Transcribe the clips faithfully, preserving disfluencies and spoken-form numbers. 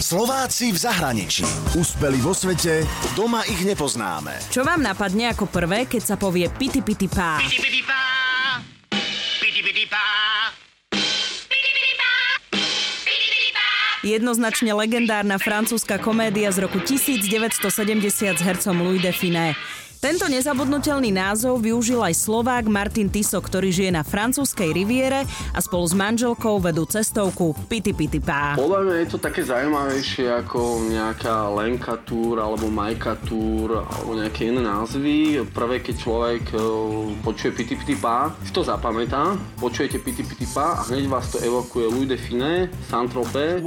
Slováci v zahraničí. Úspeli vo svete, doma ich nepoznáme. Čo vám napadne ako prvé, keď sa povie piti piti pá? Piti piti pá, piti piti pá, piti piti pá, piti piti pá. Jednoznačne legendárna francúzska komédia z roku devätnásťstosedemdesiat s hercom Louis de Funès. Tento nezabudnutelný názov využil aj Slovák Martin Tiso, ktorý žije na francúzskej riviere a spolu s manželkou vedú cestovku Piti Piti Pá. Podľa mňa je to také zaujímavejšie ako nejaká Lenka Tour alebo Majka Tour alebo nejaké iné názvy. Prvé, keď človek počuje Piti Piti Pá, si to zapamätá, počujete Piti Piti Pá a hneď vás to evokuje Louis de Funès, Saint-Tropez.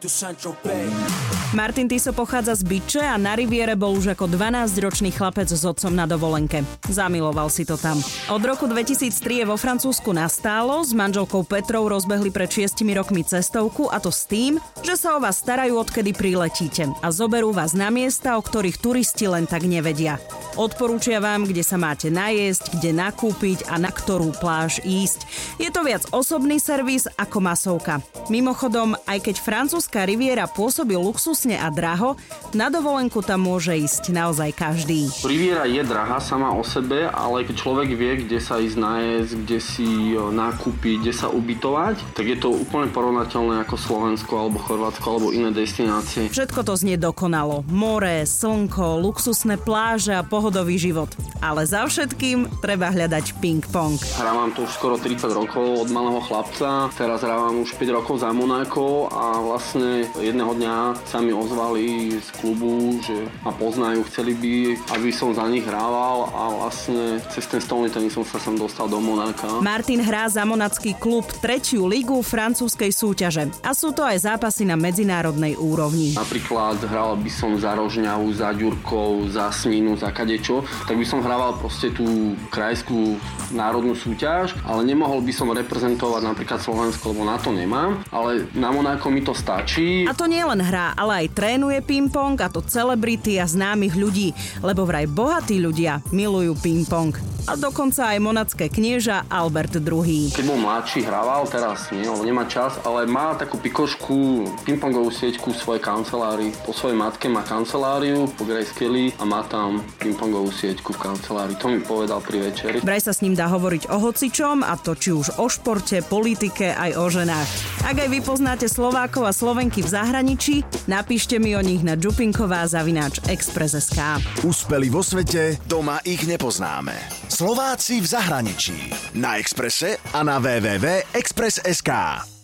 Martin Tiso pochádza z Byče a na riviere bol už ako dvanásťročný chlapec s otcom na dovolenke. Zamiloval si to tam. Od roku dvetisíctri je vo Francúzsku nastálo, s manželkou Petrou rozbehli pred šiestimi rokmi cestovku a to s tým, že sa o vás starajú odkedy priletíte a zoberú vás na miesta, o ktorých turisti len tak nevedia. Odporúčia vám, kde sa máte najesť, kde nakúpiť a na ktorú pláž ísť. Je to viac osobný servis ako masovka. Mimochodom, aj keď francúzska riviera pôsobí luxusne a draho, na dovolenku tam môže ísť naozaj každý. Riviera je drahá sama o sebe, ale keď človek vie, kde sa ísť najesť, kde si nakúpiť, kde sa ubytovať, tak je to úplne porovnateľné ako Slovensko alebo Chorvátsko alebo iné destinácie. Všetko to znie dokonalo. More, slnko, luxusné pláže a pohodový život. Ale za všetkým treba hľadať ping-pong. Hrávam to už skoro tridsať rokov od malého chlapca. Teraz hrávam už päť rokov za Monaco a vlastne jedného dňa sa mi ozvali z klubu, že ma poznajú, chceli by, aby som za nich hrával a vlastne cez ten stolný tenis som sa sem dostal do Monaka. Martin hrá za monacký klub tretiu ligu francúzskej súťaže a sú to aj zápasy na medzinárodnej úrovni. Napríklad hral by som za Rožňavu, za Ďurkov, za Sninu, za kadečo, tak by som hrával proste tú krajskú národnú súťaž, ale nemohol by som reprezentovať napríklad Slovensko, lebo na to nemám, ale na Monáko mi to stačí. A to nie len hrá, ale aj trénuje ping-pong a to celebrity a známych ľudí, lebo vraj bohatí ľudia milujú ping-pong. A dokonca aj monacké knieža Albert druhý. Keď bol mladší, hrával, teraz nie, lebo nemá čas, ale má takú pikošku, ping-pongovú sieťku v svojej kancelárii. Po svojej matke má kanceláriu po Grace Kelly a má tam ping-pongovú sieťku v kancelárii. To mi povedal pri večeri. Vraj sa s ním dá hovoriť o hocičom, a to či už o športe, politike, aj o ženách. Ak aj vy poznáte Slovákov a Slovenky v zahraničí, napíšte mi o nich na džupinková zavináč express bodka es ká. Úspeli vo svete, doma ich nepoznáme. Slováci v zahraničí. Na Expresse a na w w w bodka express bodka es ká.